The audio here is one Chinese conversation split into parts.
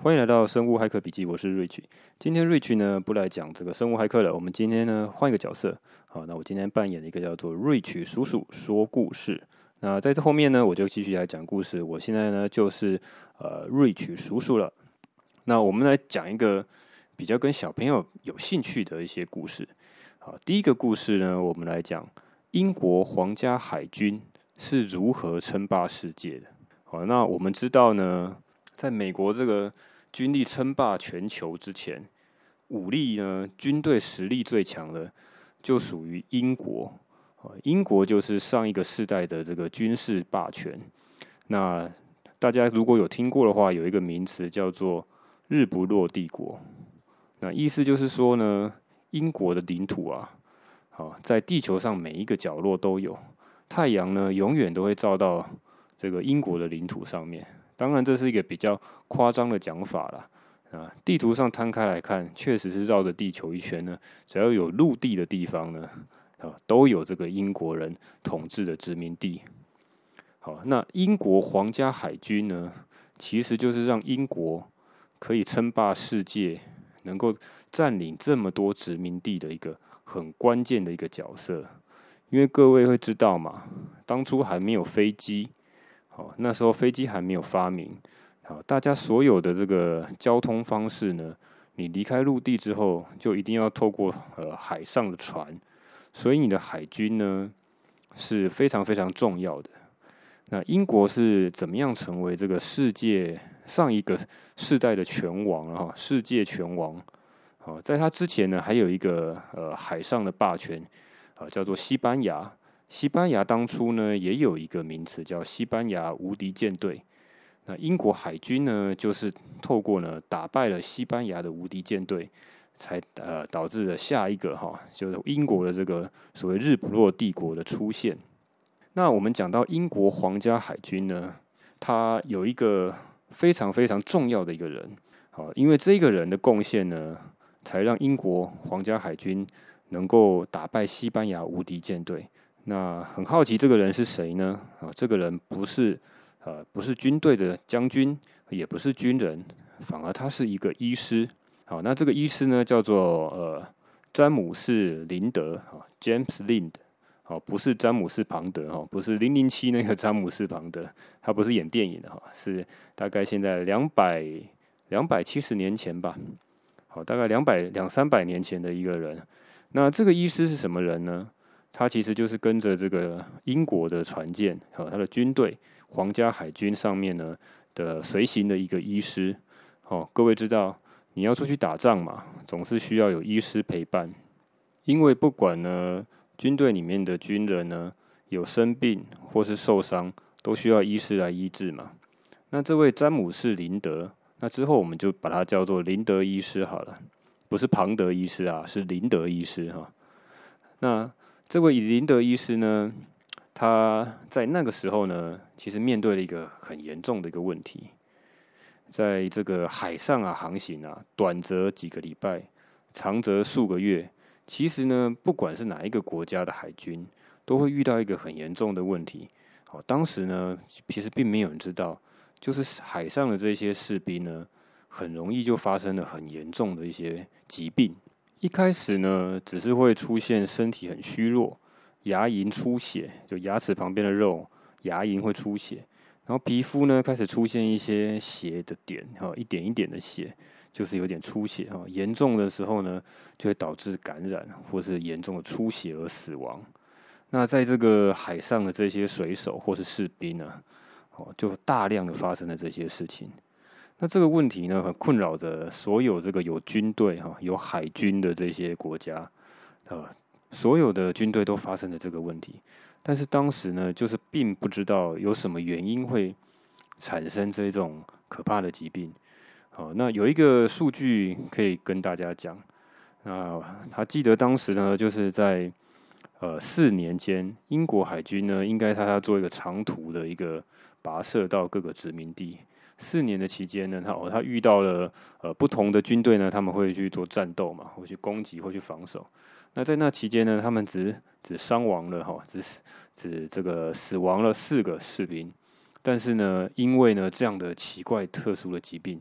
欢迎来到生物骇客笔记，我是 Rich。今天 Rich 呢不来讲这个生物骇客了，我们今天呢换一个角色。好，那我今天扮演了一个叫做 Rich 叔叔说故事。那在这后面呢，我就继续来讲故事。我现在呢就是Rich 叔叔了。那我们来讲一个比较跟小朋友有兴趣的一些故事。好，第一个故事呢，我们来讲英国皇家海军是如何称霸世界的。好，那我们知道呢，在美国这个军力称霸全球之前，武力呢军队实力最强的就属于英国。英国就是上一个世代的这个军事霸权。那大家如果有听过的话，有一个名词叫做日不落帝国。那意思就是说呢，英国的领土啊，在地球上每一个角落都有，太阳呢永远都会照到这个英国的领土上面。当然，这是一个比较夸张的讲法啦。地图上摊开来看，确实是绕着地球一圈呢。只要有陆地的地方呢，都有这个英国人统治的殖民地。好，那英国皇家海军呢，其实就是让英国可以称霸世界，能够占领这么多殖民地的一个很关键的一个角色。因为各位会知道嘛，当初还没有飞机。那时候飞机还没有发明，大家所有的这个交通方式呢，你离开陆地之后，就一定要透过海上的船，所以你的海军呢是非常非常重要的。那英国是怎么样成为这个世界上一个世代的拳王世界拳王？在他之前呢，还有一个海上的霸权叫做西班牙。西班牙当初呢也有一个名词叫西班牙无敌舰队。那英国海军呢，就是透过呢打败了西班牙的无敌舰队，才导致了下一个就是英国的这个所谓日不落帝国的出现。那我们讲到英国皇家海军呢，他有一个非常非常重要的一个人，因为这个人的贡献呢，才让英国皇家海军能够打败西班牙无敌舰队。那很好奇，这个人是谁呢？这个人不是军队的将军，也不是军人，反而他是一个医师。好，那这个医师呢，叫做詹姆士林德，James Lind。不是詹姆斯庞德，不是007那个詹姆斯庞德，他不是演电影的是大概现在270年前吧。好，大概200-300年前的一个人。那这个医师是什么人呢？他其实就是跟着这个英国的船舰他的军队皇家海军上面呢的随行的一个医师。各位知道，你要出去打仗嘛，总是需要有医师陪伴，因为不管呢军队里面的军人呢有生病或是受伤，都需要医师来医治嘛。那这位詹姆士林德，那之后我们就把他叫做林德医师好了，不是庞德医师啊，是林德医师那这位林德医师呢，他在那个时候呢，其实面对了一个很严重的一个问题。在这个海上航行短则几个礼拜，长则数个月。其实呢，不管是哪一个国家的海军，都会遇到一个很严重的问题。当时呢，其实并没有人知道，就是海上的这些士兵呢，很容易就发生了很严重的一些疾病。一开始呢，只是会出现身体很虚弱，牙龈出血，就牙齿旁边的肉，牙龈会出血，然后皮肤呢开始出现一些血的点，一点一点的血，就是有点出血严重的时候呢，就会导致感染或是严重的出血而死亡。那在这个海上的这些水手或是士兵呢，就大量的发生了这些事情。那这个问题呢，很困扰着所有这个有军队有海军的这些国家，所有的军队都发生了这个问题。但是当时呢，就是并不知道有什么原因会产生这种可怕的疾病。那有一个数据可以跟大家讲，他记得当时呢，就是在4年间，英国海军呢，应该他要做一个长途的一个跋涉到各个殖民地。4年的期间呢，他遇到了不同的军队呢，他们会去做战斗嘛，会去攻击，会去防守。那在那期间呢，他们只伤亡了只这个死亡了4个士兵。但是呢，因为呢这样的奇怪特殊的疾病，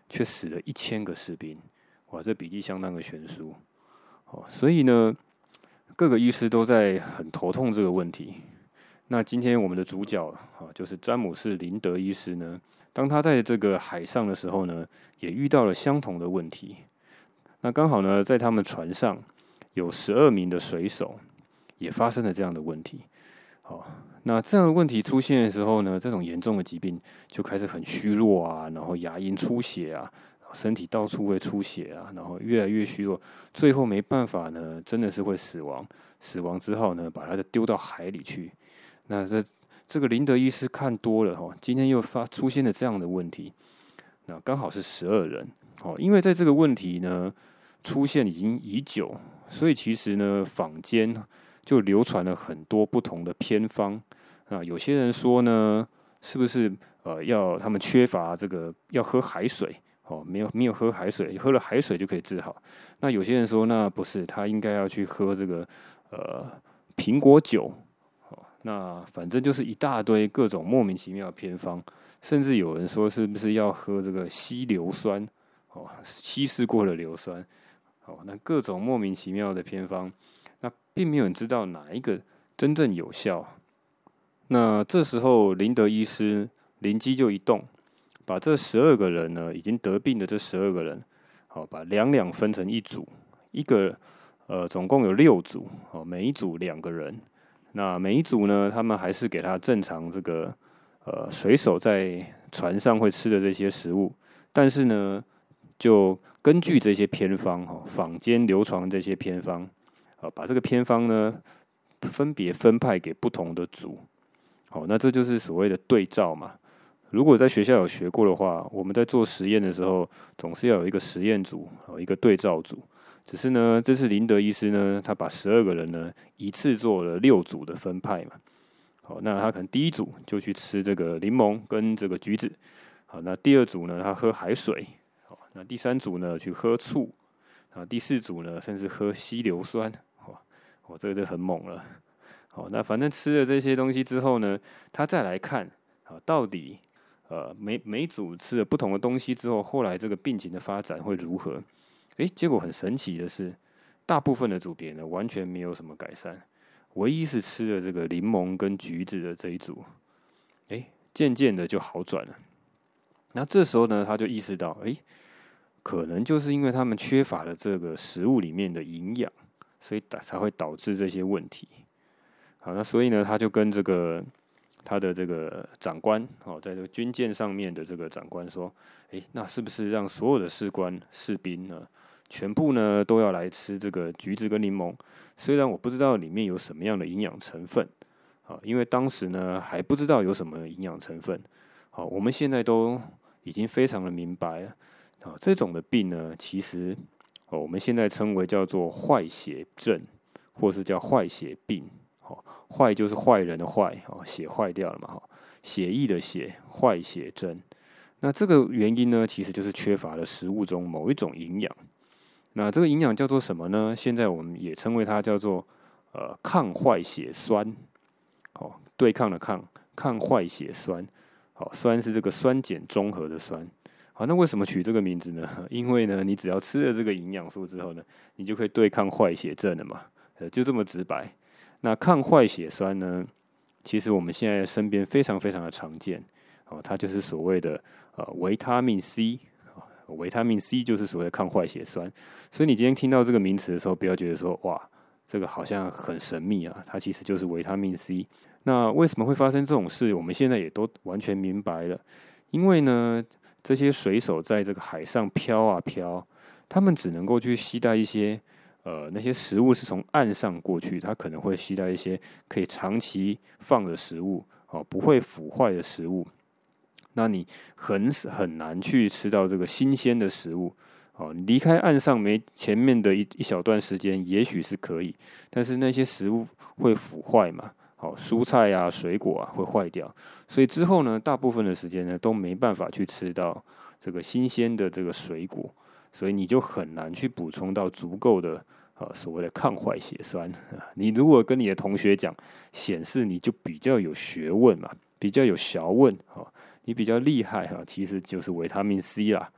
却死了1000个士兵。哇，这比例相当的悬殊。所以呢，各个医师都在很头痛这个问题。那今天我们的主角就是詹姆士·林德医师呢，当他在这个海上的时候呢，也遇到了相同的问题。那刚好呢，在他们船上有12名的水手，也发生了这样的问题。那这样的问题出现的时候呢，这种严重的疾病就开始很虚弱啊，然后牙龈出血啊，身体到处会出血啊，然后越来越虚弱，最后没办法呢，真的是会死亡。死亡之后呢，把他丢到海里去。那这个林德医师看多了今天又出现了这样的问题，那刚好是12人因为在这个问题呢出现已经已久，所以其实呢坊间就流传了很多不同的偏方啊。有些人说呢，是不是要他们缺乏这个要喝海水没有喝海水，喝了海水就可以治好。那有些人说那不是，他应该要去喝这个苹果酒。那反正就是一大堆各种莫名其妙的偏方，甚至有人说是不是要喝这个稀硫酸稀释过的硫酸那各种莫名其妙的偏方，那并没有人知道哪一个真正有效。那这时候林德医师灵机就一动，把这12个人呢，已经得病的这12个人把两分成一组，一个总共有6组每一组2个人。那每一组呢，他们还是给他正常这个水手在船上会吃的这些食物，但是呢，就根据这些偏方坊间流传这些偏方把这个偏方呢分别分派给不同的组。那这就是所谓的对照嘛。如果在学校有学过的话，我们在做实验的时候，总是要有一个实验组一个对照组。只是呢，这次林德医师呢，他把12个人呢一次做了6组的分派嘛。那他可能第一组就去吃这个柠檬跟这个橘子。那第2组呢，他喝海水。那第3组呢去喝醋。第4组呢甚至喝稀硫酸。这个就很猛了。那反正吃了这些东西之后呢，他再来看到底每组吃了不同的东西之后，后来这个病情的发展会如何？结果很神奇的是，大部分的组别呢完全没有什么改善，唯一是吃了这个柠檬跟橘子的这一组，渐渐的就好转了。那这时候呢，他就意识到，可能就是因为他们缺乏了这个食物里面的营养，所以才会导致这些问题。那所以呢，他就跟他的这个长官在这个军舰上面的这个长官说，那是不是让所有的士兵呢？全部呢都要来吃这个橘子跟柠檬，虽然我不知道里面有什么样的营养成分，因为当时呢还不知道有什么营养成分，我们现在都已经非常的明白了，这种的病呢，其实我们现在称为叫做坏血症，或是叫坏血病，坏就是坏人的坏，血坏掉了嘛，血液的血，坏血症。那这个原因呢，其实就是缺乏了食物中某一种营养。那这个营养叫做什么呢？现在我们也称为它叫做抗坏血酸，对抗的抗坏血酸，酸是这个酸碱中和的酸。那为什么取这个名字呢？因为呢，你只要吃了这个营养素之后呢，你就可以对抗坏血症了嘛，就这么直白。那抗坏血酸呢，其实我们现在身边非常非常的常见，它就是所谓的维他命 C。维他命 C 就是所谓的抗坏血酸，所以你今天听到这个名词的时候，不要觉得说哇，这个好像很神秘啊，它其实就是维他命 C。那为什么会发生这种事？我们现在也都完全明白了，因为呢，这些水手在这个海上飘啊飘，他们只能够去携带一些那些食物是从岸上过去，他可能会携带一些可以长期放的食物，不会腐坏的食物。那你很难去吃到这个新鲜的食物，你离开岸上前面的一小段时间，也许是可以，但是那些食物会腐坏嘛，蔬菜啊、水果啊会坏掉，所以之后呢，大部分的时间呢都没办法去吃到这个新鲜的这个水果，所以你就很难去补充到足够的所谓的抗坏血酸。你如果跟你的同学讲，显示你就比较有学问嘛，比较有学问你比较厉害其实就是维他命 C 啦。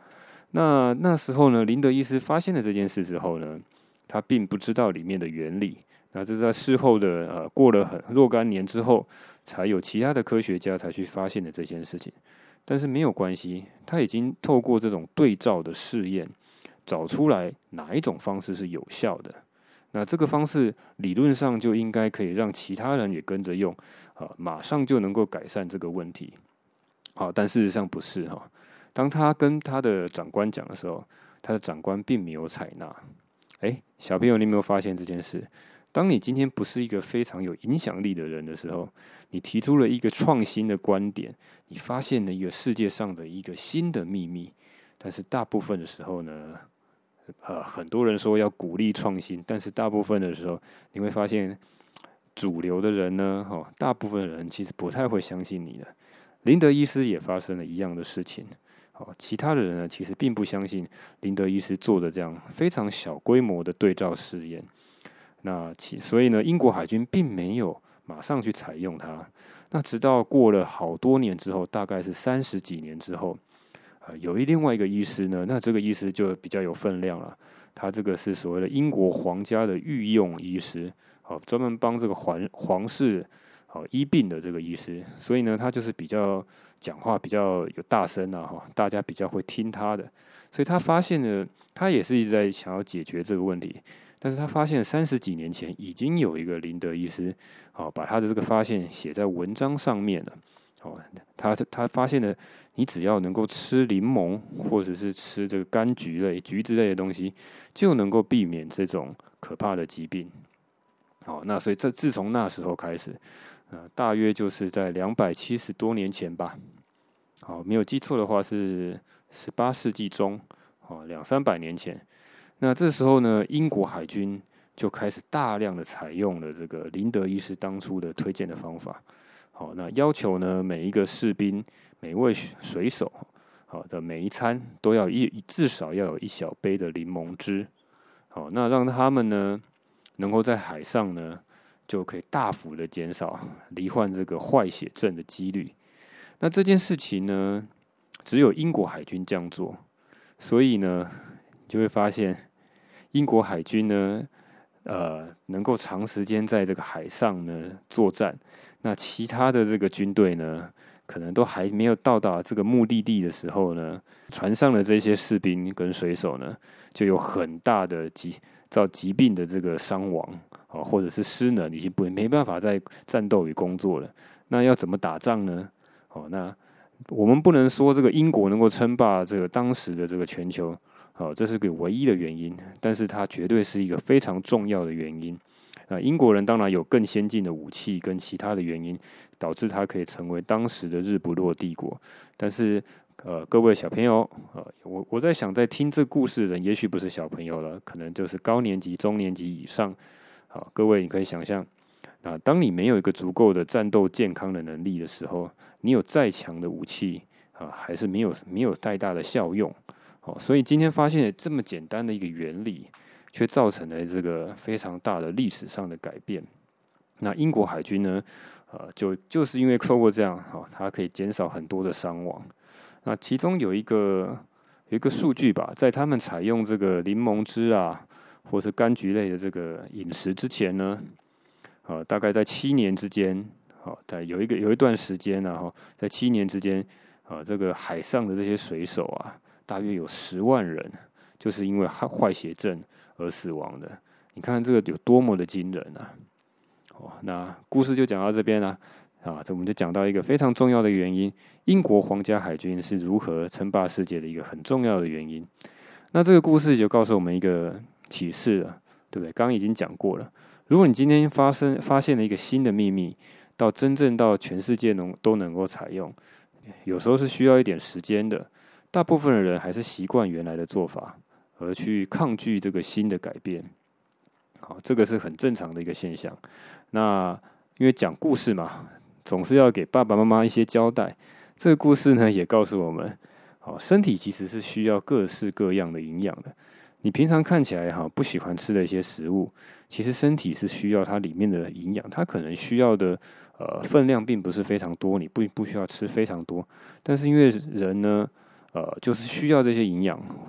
那时候呢，林德医师发现了这件事之后呢，他并不知道里面的原理。那这是在事后的过了若干年之后，才有其他的科学家才去发现的这件事情。但是没有关系，他已经透过这种对照的试验，找出来哪一种方式是有效的。那这个方式理论上就应该可以让其他人也跟着用，马上就能够改善这个问题。好，但事实上不是哈。当他跟他的长官讲的时候，他的长官并没有采纳。小朋友，你有没有发现这件事？当你今天不是一个非常有影响力的人的时候，你提出了一个创新的观点，你发现了一个世界上的一个新的秘密，但是大部分的时候呢，很多人说要鼓励创新，但是大部分的时候，你会发现主流的人呢，大部分的人其实不太会相信你的。林德医师也发生了一样的事情。其他的人呢，其实并不相信林德医师做的这样非常小规模的对照试验。所以呢，英国海军并没有马上去采用它。那直到过了好多年之后，大概是30几年之后，有另外一个医师呢，那这个医师就比较有分量了。他这个是所谓的英国皇家的御用医师，专门帮这个皇室医病的这个医师。所以呢，他就是比较讲话比较有大声大家比较会听他的。所以他发现了，他也是一直在想要解决这个问题。但是他发现30几年前已经有一个林德医师，把他的这个发现写在文章上面了。他发现了，你只要能够吃柠檬，或者是吃这个柑橘类、橘子类的东西，就能够避免这种可怕的疾病。那所以自从那时候开始，大约就是在270多年前吧。没有记错的话是18世纪中，200-300年前。那这时候呢，英国海军就开始大量的采用了这个林德医师当初的推荐的方法。那要求呢，每一个士兵、每位水手的每一餐都要至少要有1小杯的柠檬汁。那让他们呢，能够在海上呢，就可以大幅的减少罹患这个坏血症的几率。那这件事情呢，只有英国海军这样做，所以呢，就会发现英国海军呢，能够长时间在这个海上呢作战。那其他的这个军队呢，可能都还没有到达这个目的地的时候呢，船上的这些士兵跟水手呢，就有很大的造疾病的这个伤亡或者是失能，已经没办法再战斗与工作了。那要怎么打仗呢？那我们不能说这个英国能够称霸这个当时的这个全球，这是个唯一的原因，但是它绝对是一个非常重要的原因。英国人当然有更先进的武器跟其他的原因，导致他可以成为当时的日不落帝国。但是各位小朋友，我在想，在听这故事的人，也许不是小朋友了，可能就是高年级、中年级以上。各位你可以想象，当你没有一个足够的战斗健康的能力的时候，你有再强的武器还是没有太大的效用。所以今天发现这么简单的一个原理，却造成了这个非常大的历史上的改变。那英国海军呢，就是因为透过这样，它可以减少很多的伤亡。那其中有一个数据吧，在他们采用这个柠檬汁或是柑橘类的这个饮食之前呢，大概在7年之间，有一段时间在7年之间，这个海上的这些水手大约有10万人，就是因为坏血症而死亡的。你看这个有多么的惊人啊！那故事就讲到这边了这我们就讲到一个非常重要的原因，英国皇家海军是如何称霸世界的一个很重要的原因。那这个故事就告诉我们一个启示了，对不对？刚刚已经讲过了。如果你今天发现了一个新的秘密，到真正到全世界都能够采用，有时候是需要一点时间的。大部分的人还是习惯原来的做法，而去抗拒这个新的改变。这个是很正常的一个现象。那因为讲故事嘛，总是要给爸爸妈妈一些交代。这个故事呢，也告诉我们，身体其实是需要各式各样的营养的。你平常看起来不喜欢吃的一些食物，其实身体是需要它里面的营养，它可能需要的分量并不是非常多，你不需要吃非常多，但是因为人呢，就是需要这些营养，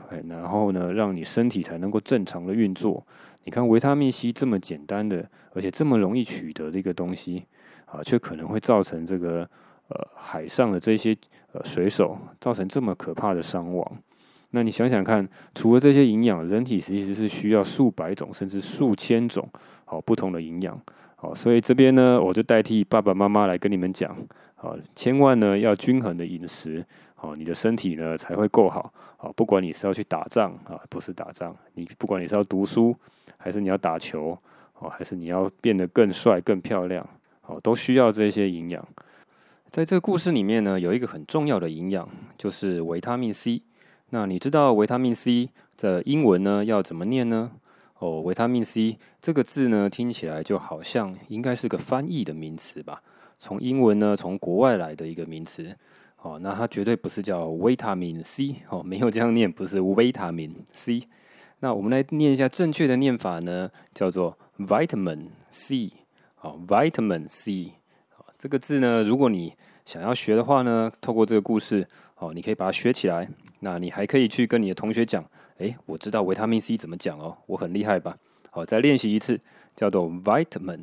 然后呢，让你身体才能够正常的运作。你看维他命 C 这么简单的，而且这么容易取得的一个东西却可能会造成这个海上的这些水手造成这么可怕的伤亡。那你想想看，除了这些营养，人体其实是需要数百种甚至数千种不同的营养。所以这边呢，我就代替爸爸妈妈来跟你们讲，千万呢要均衡的饮食，你的身体呢才会够好。不管你是要去打仗不是打仗，不管你是要读书，还是你要打球，还是你要变得更帅、更漂亮，都需要这些营养。在这个故事里面呢，有一个很重要的营养，就是维他命 C。那你知道维他命 C 的英文呢要怎么念呢？维他命 C 这个字呢，听起来就好像应该是个翻译的名词吧？从英文呢，从国外来的一个名词。那它绝对不是叫维他命 C，没有这样念，不是维他命 C。那我们来念一下正确的念法呢，叫做 vitamin C。vitamin C。这个字呢，如果你想要学的话呢，透过这个故事，你可以把它学起来。那你还可以去跟你的同学讲，我知道维他命 C 怎么讲哦，我很厉害吧？好，再练习一次，叫做 vitamin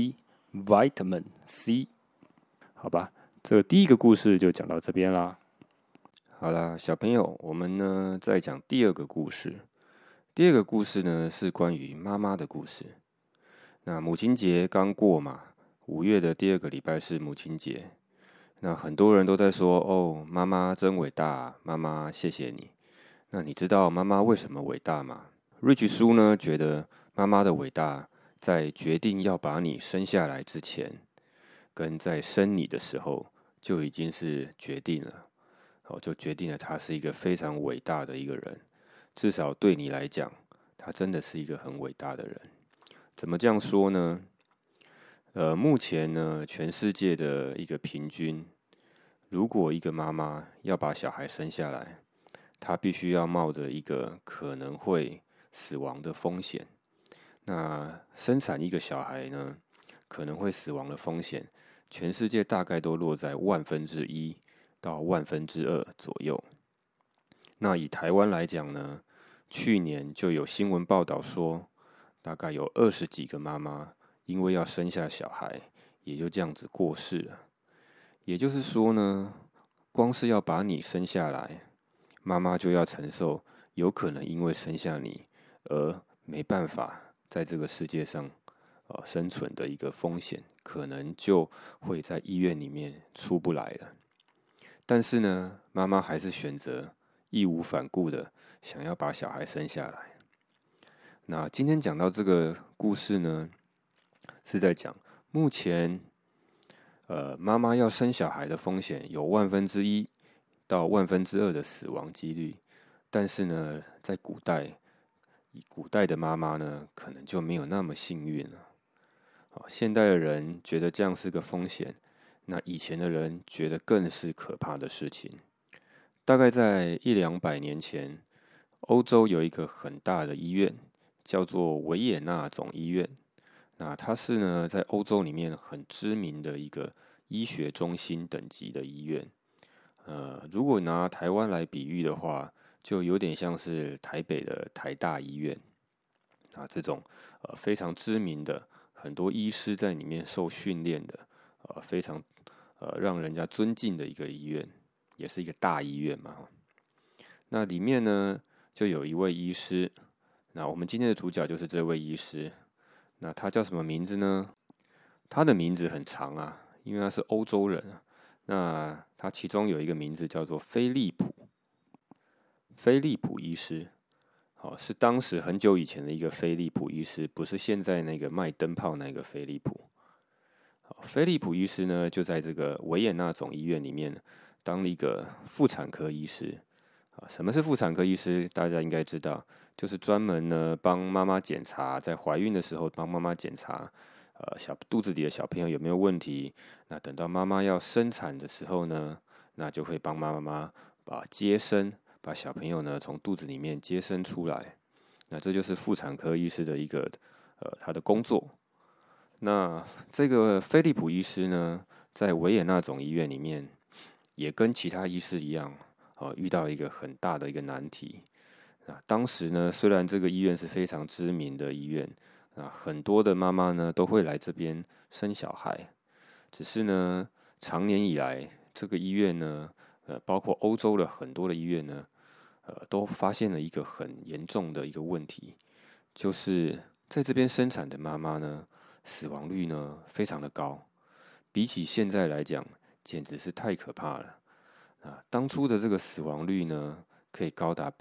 C，vitamin C。好吧，这个第一个故事就讲到这边啦。好啦，小朋友，我们呢再讲第二个故事。第二个故事呢是关于妈妈的故事。那母亲节刚过嘛，5月的第2个礼拜是母亲节。那很多人都在说，哦，妈妈真伟大，妈妈谢谢你。那你知道妈妈为什么伟大吗？Rich叔呢觉得妈妈的伟大在决定要把你生下来之前，跟在生你的时候就已经是决定了，就决定了他是一个非常伟大的一个人。至少对你来讲，他真的是一个很伟大的人。怎么这样说呢？目前呢，全世界的一个平均，如果一个妈妈要把小孩生下来，她必须要冒着一个可能会死亡的风险。那生产一个小孩呢，可能会死亡的风险，全世界大概都落在1/1000到2/1000左右。那以台湾来讲呢，去年就有新闻报道说，大概有20几个妈妈因为要生下小孩，也就这样子过世了。也就是说呢，光是要把你生下来，妈妈就要承受有可能因为生下你而没办法在这个世界上生存的一个风险，可能就会在医院里面出不来了。但是呢，妈妈还是选择义无反顾的想要把小孩生下来。那今天讲到这个故事呢，是在讲目前妈妈要生小孩的风险有1/1000到2/1000的死亡几率。但是呢，在古代的妈妈呢，可能就没有那么幸运了。现代的人觉得这样是个风险，那以前的人觉得更是可怕的事情。大概在100-200年前，欧洲有一个很大的医院，叫做维也纳总医院。那它是呢，在欧洲里面很知名的一个医学中心等级的医院。如果拿台湾来比喻的话，就有点像是台北的台大医院。这种非常知名的，很多医师在里面受训练的，非常让人家尊敬的一个医院，也是一个大医院嘛。那里面呢，就有一位医师。那我们今天的主角就是这位医师。那他叫什么名字呢？他的名字很长啊，因为他是欧洲人。那他其中有一个名字叫做菲利普医师。是当时很久以前的一个菲利普医师，不是现在那个卖灯泡那个菲利普。菲利普医师呢，就在这个维也纳总医院里面当了一个妇产科医师。什么是妇产科医师？大家应该知道，就是专门呢帮妈妈检查，在怀孕的时候帮妈妈检查，肚子里的小朋友有没有问题。那等到妈妈要生产的时候呢，那就会帮妈妈把小朋友呢从肚子里面接生出来。那这就是妇产科医师的一个他的工作。那这个菲利普医师呢，在维也纳总医院里面，也跟其他医师一样，遇到一个很大的一个难题。 当时呢，虽然这个医院是非常知名的医院，很多的妈妈呢都会来这边生小孩，只是呢，长年以来，这个医院呢，包括欧洲的很多的医院呢，都发现了一个很严重的一个问题，就是在这边生产的妈妈呢，死亡率呢非常的高，比起现在来讲，简直是太可怕了。当初的这个死亡率呢，可以高达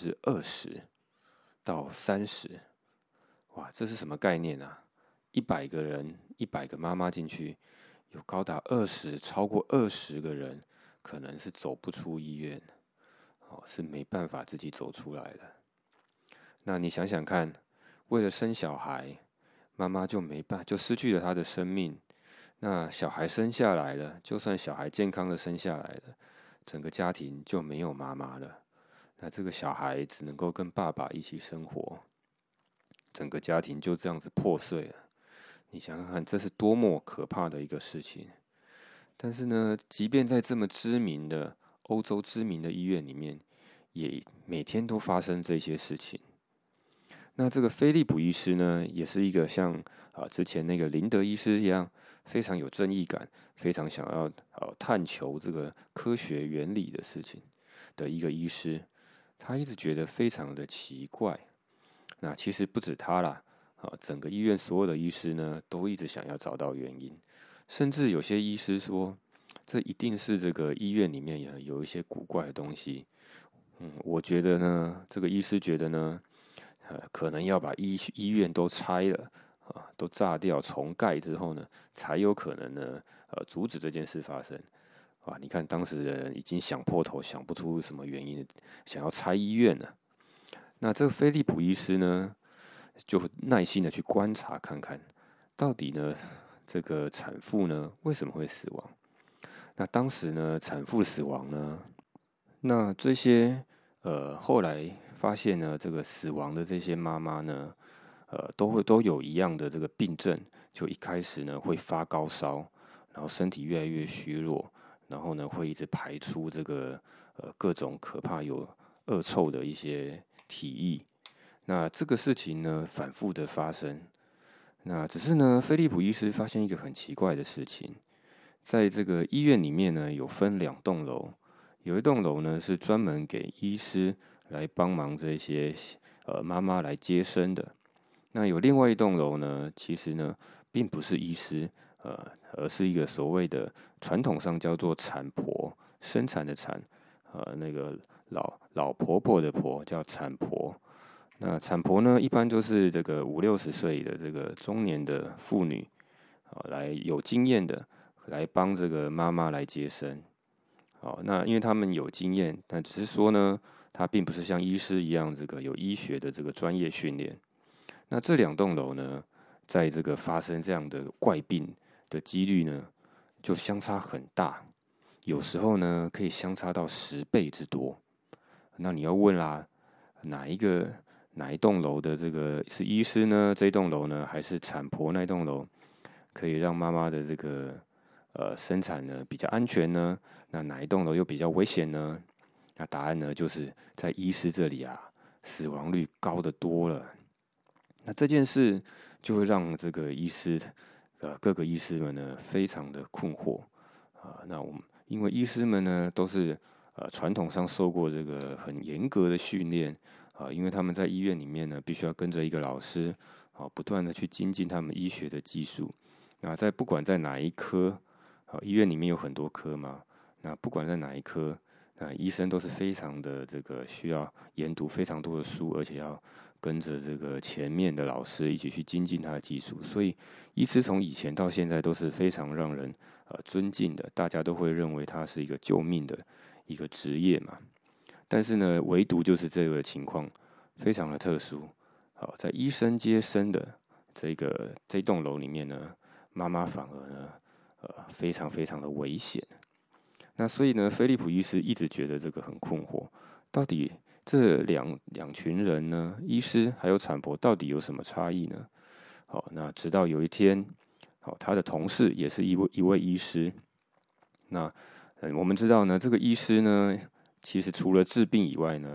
20%到30%，哇，这是什么概念啊？100个人，100个妈妈进去，有高达超过20个人，可能是走不出医院，是没办法自己走出来的。那你想想看，为了生小孩，妈妈就失去了她的生命。那小孩生下来了，就算小孩健康的生下来了，整个家庭就没有妈妈了。那这个小孩只能够跟爸爸一起生活，整个家庭就这样子破碎了。你想想看，这是多么可怕的一个事情。但是呢，即便在这么欧洲知名的医院里面，也每天都发生这些事情。那这个菲利普医师呢，也是一个像之前那个林德医师一样，非常有正义感，非常想要探求这个科学原理的事情的一个医师。他一直觉得非常的奇怪。那其实不止他啦，整个医院所有的医师呢，都一直想要找到原因。甚至有些医师说，这一定是这个医院里面有一些古怪的东西。我觉得呢，这个医师觉得呢，可能要把医院都拆了，都炸掉重盖之后呢，才有可能呢，阻止这件事发生。哇，你看当时的人已经想破头，想不出什么原因，想要拆医院了。那这个菲利普医师呢，就耐心的去观察看看，到底呢，这个产妇呢为什么会死亡？那当时呢，产妇死亡呢，那这些后来发现呢，这个死亡的这些妈妈呢，都有一样的这个病症，就一开始呢会发高烧，然后身体越来越虚弱，然后呢会一直排出这个各种可怕有恶臭的一些体液。那这个事情呢反复的发生，那只是呢菲利普医师发现一个很奇怪的事情，在这个医院里面呢有分2栋楼，有一栋楼呢是专门给医师来帮忙这些妈妈来接生的。那有另外一栋楼呢，其实呢并不是医师，而是一个所谓的传统上叫做产婆，生产的产，那个老婆婆的婆叫产婆。那产婆呢，一般就是这个50-60岁的这个中年的妇女，来有经验的来帮这个妈妈来接生。那因为他们有经验，但只是说呢，他并不是像医师一样这个有医学的这个专业训练。那这2栋楼呢，在这个发生这样的怪病的几率呢，就相差很大，有时候呢可以相差到10倍之多。那你要问啦，哪一栋楼的这个是医师呢？这栋楼呢，还是产婆那栋楼可以让妈妈的这个生产呢比较安全呢？那哪一栋楼又比较危险呢？那答案呢就是在医师这里啊，死亡率高得多了。那这件事就会让这个各个医师们呢非常的困惑那因为医师们呢都是传统上受过这个很严格的训练因为他们在医院里面呢必须要跟着一个老师不断的去精进他们医学的技术。那不管在哪一科医院里面有很多科嘛，那不管在哪一科医生都是非常的这个需要研读非常多的书，而且要跟着这个前面的老师一起去精进他的技术，所以医师从以前到现在都是非常让人尊敬的，大家都会认为他是一个救命的一个职业嘛。但是呢，唯独就是这个情况非常的特殊。在医生接生的这栋楼里面呢，妈妈反而呢非常非常的危险。那所以呢，菲利普医师一直觉得这个很困惑，到底这两群人呢，医师还有产婆到底有什么差异呢？那直到有一天，他的同事也是一位医师。那我们知道呢，这个医师呢，其实除了治病以外呢，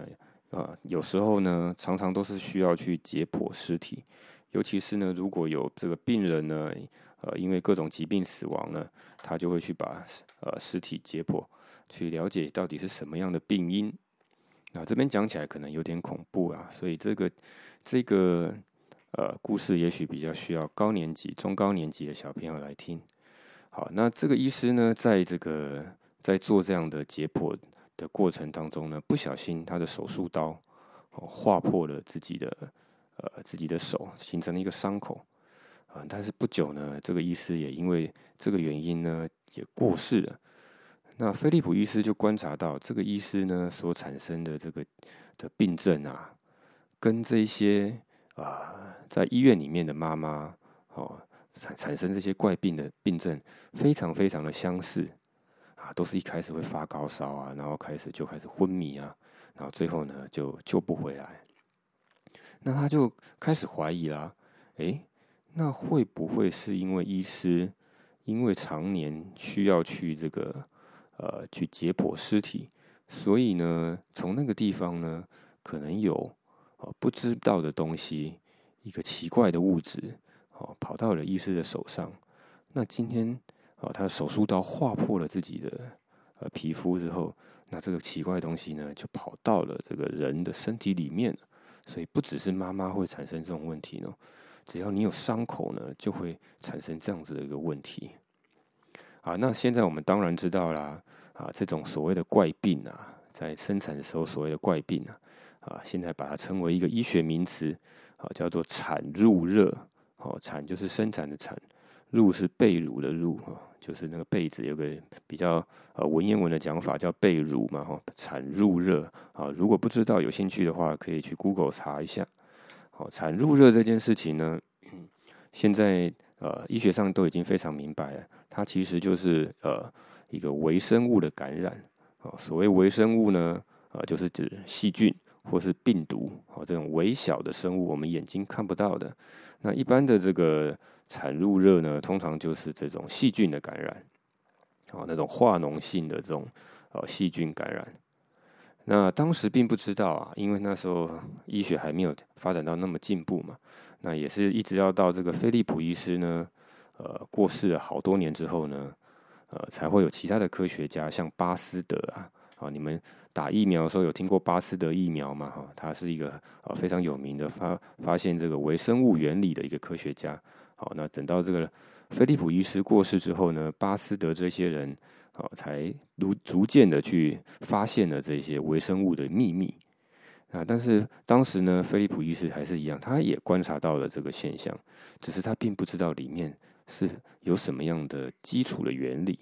有时候呢，常常都是需要去解剖尸体，尤其是呢，如果有这个病人呢，因为各种疾病死亡呢，他就会去把尸体解剖，去了解到底是什么样的病因。这边讲起来可能有点恐怖啊，所以这个故事也许比较需要高年级、中高年级的小朋友来听。好，那这个医师呢，在做这样的解剖的过程当中呢，不小心他的手术刀划破了自己的手，形成了一个伤口。但是不久呢，这个医师也因为这个原因呢，也过世了。那菲利普医师就观察到，这个医师呢所产生的这个的病症啊，跟这些在医院里面的妈妈产生这些怪病的病症非常非常的相似都是一开始会发高烧啊，然后开始昏迷啊，然后最后呢就救不回来。那他就开始怀疑啦，那会不会是因为医师因为常年需要去去解剖尸体，所以呢从那个地方呢可能有不知道的东西，一个奇怪的物质跑到了医师的手上。那今天他的手术刀划破了自己的皮肤之后，那这个奇怪的东西呢就跑到了这个人的身体里面了。所以不只是妈妈会产生这种问题呢，只要你有伤口呢，就会产生这样子的一个问题。那现在我们当然知道啦，这种所谓的怪病在生产的时候所谓的怪病现在把它称为一个医学名词叫做产褥热。产就是生产的产，褥是被褥的褥就是那个被子有个比较文言文的讲法叫被褥嘛产褥热如果不知道有兴趣的话，可以去 Google 查一下。产褥热这件事情呢，现在医学上都已经非常明白了，它其实就是一个微生物的感染。所谓微生物呢，就是指细菌或是病毒这种微小的生物，我们眼睛看不到的。那一般的这个产褥热呢，通常就是这种细菌的感染，那种化脓性的这种细菌感染。那当时并不知道因为那时候医学还没有发展到那么进步嘛。那也是一直要到这个菲利普医师呢，过世了好多年之后呢，才会有其他的科学家，像巴斯德你们打疫苗的时候有听过巴斯德疫苗吗？他是一个非常有名的发现这个微生物原理的一个科学家。那等到这个菲利普医师过世之后呢，巴斯德这些人才逐渐的去发现了这些微生物的秘密。但是当时呢，菲利普医师还是一样，他也观察到了这个现象，只是他并不知道里面是有什么样的基础的原理。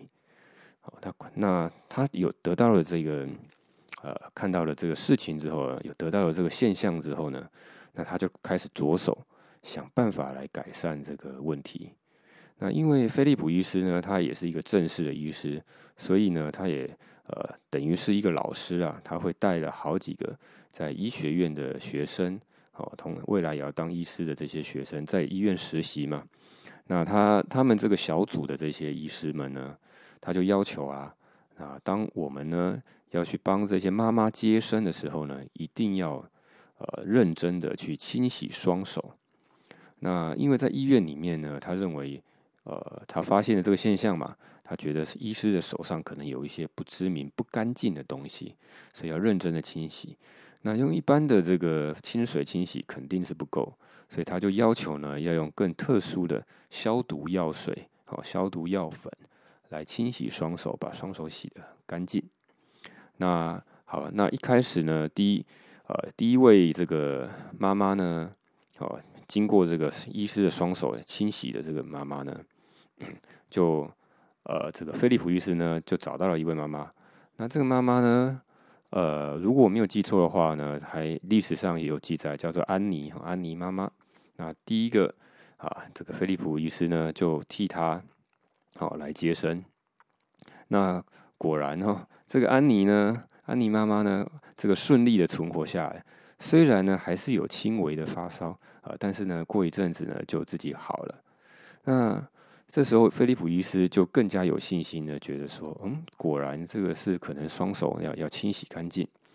他有得到了这个看到了这个事情之后，有得到了这个现象之后呢，那他就开始着手想办法来改善这个问题。那因为菲利普医师呢，他也是一个正式的医师，所以呢，他也等于是一个老师他会带了好几个在医学院的学生，未来也要当医师的这些学生，在医院实习嘛。那他们这个小组的这些医师们呢，他就要求当我们呢要去帮这些妈妈接生的时候呢，一定要认真的去清洗双手。那因为在医院里面呢，他认为他发现了这个现象嘛，他觉得是医师的手上可能有一些不知名、不干净的东西，所以要认真的清洗。那用一般的这个清水清洗肯定是不够，所以他就要求呢，要用更特殊的消毒药水、消毒药粉来清洗双手，把双手洗得干净。那好，那一开始呢，第一位这个妈妈呢，经过这个医师的双手清洗的这个妈妈呢，就这个菲利普医师呢就找到了一位妈妈。那这个妈妈呢，如果我没有记错的话呢，历史上也有记载，叫做安妮妈妈。那第一个这个菲利普医师呢就替她来接生。那果然这个安妮妈妈呢，这个顺利的存活下来。虽然呢还是有轻微的发烧但是呢过一阵子呢就自己好了。那这时候菲利普医师就更加有信心的觉得说，果然这个是可能双手要清洗干净。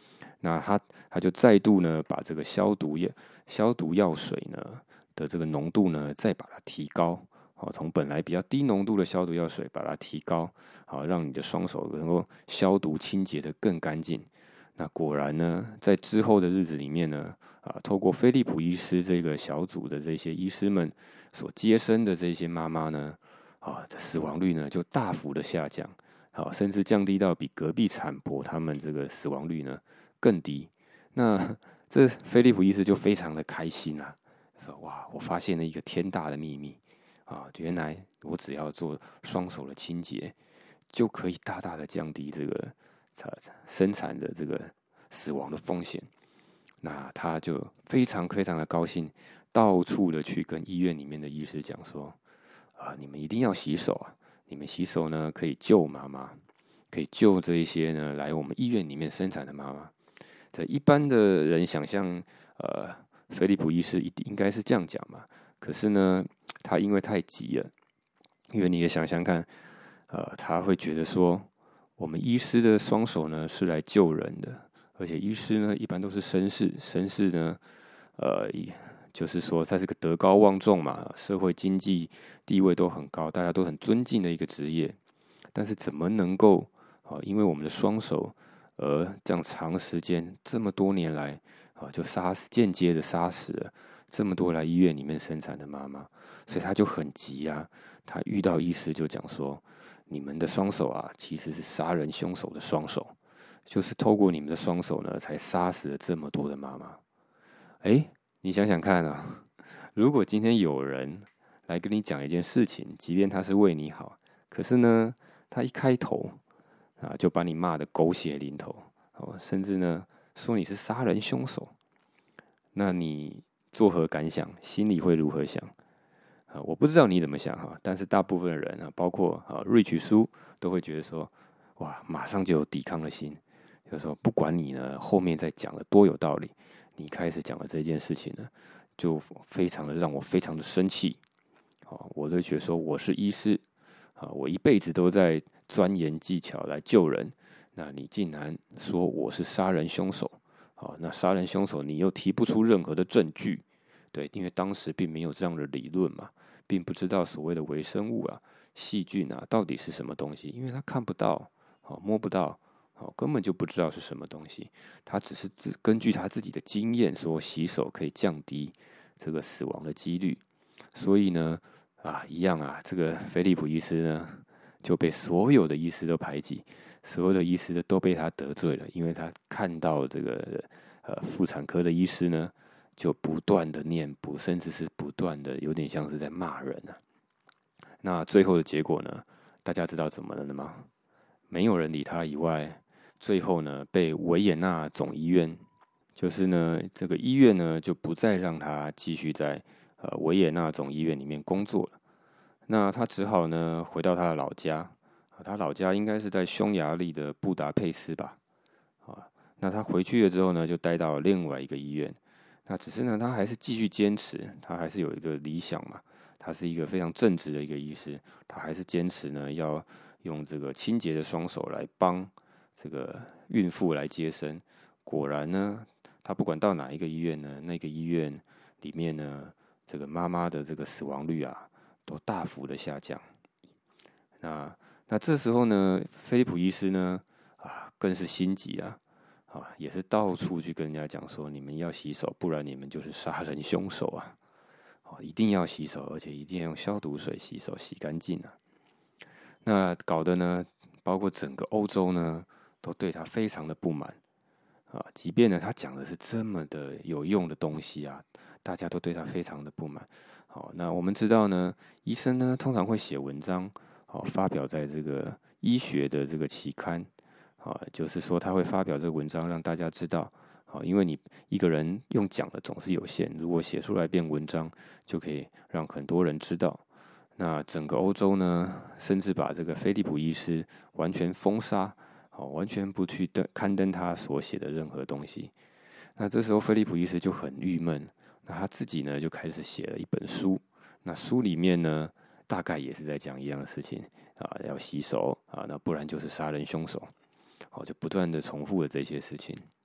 那他就再度呢把这个消毒药水呢的这个浓度呢再把它提高，从本来比较低浓度的消毒药水把它提高，让你的双手能够消毒清洁得更干净。那果然呢，在之后的日子里面呢，透过菲利普医师这个小组的这些医师们所接生的这些妈妈呢，死亡率呢就大幅的下降，甚至降低到比隔壁产婆他们这个死亡率呢更低。那这菲利普医师就非常的开心啊，说哇，我发现了一个天大的秘密原来我只要做双手的清洁，就可以大大的降低这个生产的这个死亡的风险。那他就非常非常的高兴，到处的去跟医院里面的医师讲说，你们一定要洗手啊！你们洗手呢，可以救妈妈，可以救这一些呢来我们医院里面生产的妈妈。这一般的人想象，菲利普医师应该是这样讲嘛。可是呢，他因为太急了，因为你也想想看，他会觉得说，我们医师的双手呢是来救人的，而且医师呢一般都是绅士，绅士呢，就是说他是个德高望重嘛，社会经济地位都很高，大家都很尊敬的一个职业。但是怎么能够因为我们的双手而这样长时间这么多年来就间接的杀死了这么多来医院里面生产的妈妈，所以他就很急啊。他遇到医师就讲说，你们的双手其实是杀人凶手的双手，就是透过你们的双手呢才杀死了这么多的妈妈。你想想看啊，如果今天有人来跟你讲一件事情，即便他是为你好，可是呢他一开头就把你骂得狗血淋头，甚至呢说你是杀人凶手，那你作何感想？心里会如何想？我不知道你怎么想但是大部分的人包括瑞奇叔都会觉得说，哇，马上就有抵抗的心，就是说不管你呢后面再讲的多有道理，你开始讲的这件事情呢，就非常的让我非常的生气。我都觉得说我是医师我一辈子都在钻研技巧来救人，那你竟然说我是杀人凶手，那杀人凶手你又提不出任何的证据，对，因为当时并没有这样的理论嘛，并不知道所谓的微生物细菌到底是什么东西，因为他看不到，摸不到，根本就不知道是什么东西，他只是根据他自己的经验说洗手可以降低这个死亡的几率，所以呢一样这个菲利普医师呢就被所有的医师都排挤，所有的医师都被他得罪了，因为他看到这个妇产科的医师呢就不断的念不，甚至是不断的有点像是在骂人那最后的结果呢，大家知道怎么了吗？没有人理他以外，最后呢被维也纳总医院，就是呢这个医院呢就不再让他继续在维也纳总医院里面工作了。那他只好呢回到他的老家，他老家应该是在匈牙利的布达佩斯吧。那他回去了之后呢，就待到另外一个医院。那只是呢，他还是继续坚持，他还是有一个理想嘛。他是一个非常正直的一个医师，他还是坚持呢要用这个清洁的双手来帮这个孕妇来接生。果然呢，他不管到哪一个医院呢，那个医院里面呢，这个妈妈的这个死亡率都大幅的下降。那这时候呢，菲利普医师呢更是心急也是到处去跟人家讲说，你们要洗手，不然你们就是杀人凶手一定要洗手，而且一定要用消毒水洗手，洗干净那搞得呢，包括整个欧洲呢，都对他非常的不满即便呢他讲的是这么的有用的东西大家都对他非常的不满。那我们知道呢，医生呢通常会写文章发表在这个医学的这个期刊就是说他会发表这个文章让大家知道因为你一个人用讲的总是有限，如果写出来变文章，就可以让很多人知道。那整个欧洲呢，甚至把这个菲利普医师完全封杀，完全不去刊登他所写的任何东西。那这时候菲利普医师就很郁闷，那他自己呢就开始写了一本书。那书里面呢，大概也是在讲一样的事情要洗手那不然就是杀人凶手，就不断的重复了这些事情。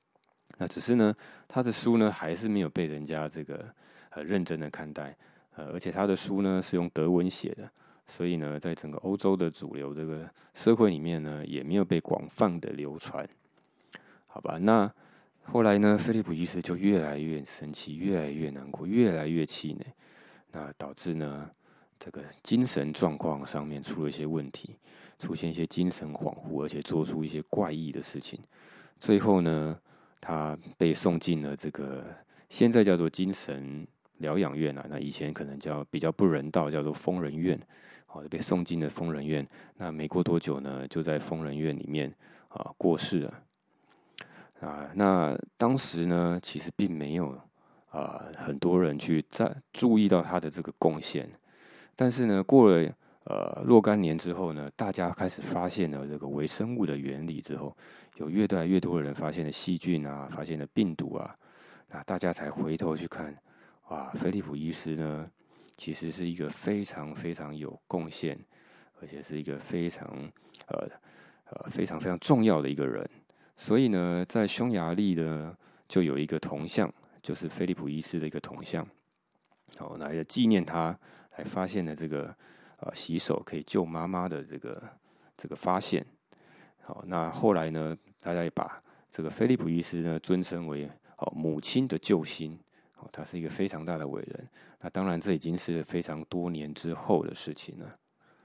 那只是呢，他的书呢还是没有被人家这个认真的看待，而且他的书呢是用德文写的，所以呢，在整个欧洲的主流这个社会里面呢，也没有被广泛的流传。好吧，那后来呢，菲利普医师就越来越生气，越来越难过，越来越气馁，那导致呢，这个精神状况上面出了一些问题，出现一些精神恍惚，而且做出一些怪异的事情。最后呢，他被送进了这个现在叫做精神疗养院啊，那以前可能叫比较不人道，叫做疯人院。好，被送进了疯人院。那没过多久呢，就在疯人院里面过世了。那当时呢，其实并没有很多人去注意到他的这个贡献，但是呢，过了若干年之后呢，大家开始发现了这个微生物的原理之后，有越来越多的人发现了细菌啊，发现了病毒啊，那大家才回头去看，菲利普医师呢，其实是一个非常非常有贡献，而且是一个非常非常非常重要的一个人。所以呢，在匈牙利呢，就有一个铜像，就是菲利普医师的一个铜像，好，来纪念他，来发现了这个洗手可以救妈妈的这个发现。好，那后来呢，大家也把这个菲利普医师呢尊称为母亲的救星，他是一个非常大的伟人。那当然，这已经是非常多年之后的事情了。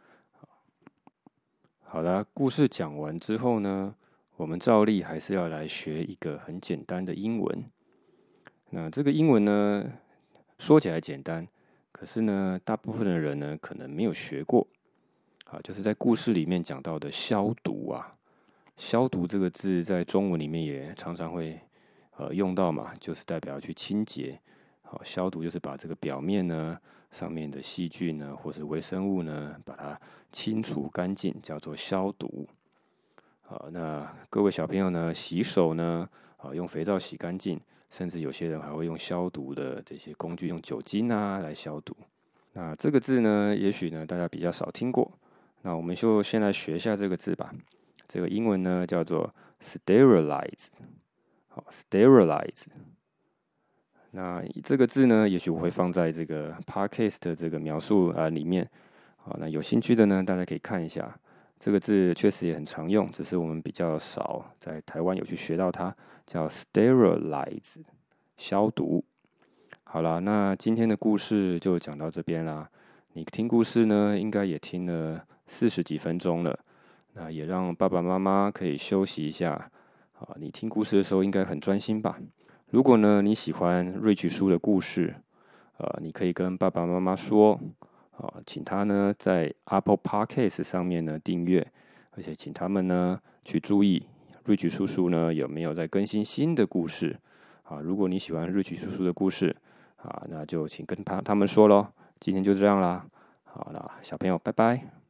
好了，故事讲完之后呢，我们照例还是要来学一个很简单的英文。那这个英文呢，说起来简单，可是呢，大部分的人呢可能没有学过。就是在故事里面讲到的消毒啊，消毒这个字在中文里面也常常会用到嘛，就是代表去清洁。好，消毒就是把这个表面呢上面的细菌呢或是微生物呢，把它清除干净，叫做消毒。好，那各位小朋友呢，洗手呢，用肥皂洗干净，甚至有些人还会用消毒的这些工具，用酒精啊来消毒。那这个字呢，也许呢大家比较少听过，那我们就先来学一下这个字吧。这个英文呢叫做 sterilize， 好 ，sterilize。那这个字呢，也许我会放在这个 podcast 的这个描述里面。好，那有兴趣的呢，大家可以看一下。这个字确实也很常用，只是我们比较少在台湾有去学到它，叫 sterilize， 消毒。好啦，那今天的故事就讲到这边啦。你听故事呢，应该也听了40几分钟了，那也让爸爸妈妈可以休息一下。你听故事的时候应该很专心吧？如果呢你喜欢Rich叔的故事，你可以跟爸爸妈妈说。请他呢在 Apple Podcast 上面呢订阅，而且请他们呢去注意 Rich 叔叔呢有没有在更新新的故事。如果你喜欢 Rich 叔叔的故事，那就请跟他们说咯。今天就这样啦。好啦，小朋友，拜拜。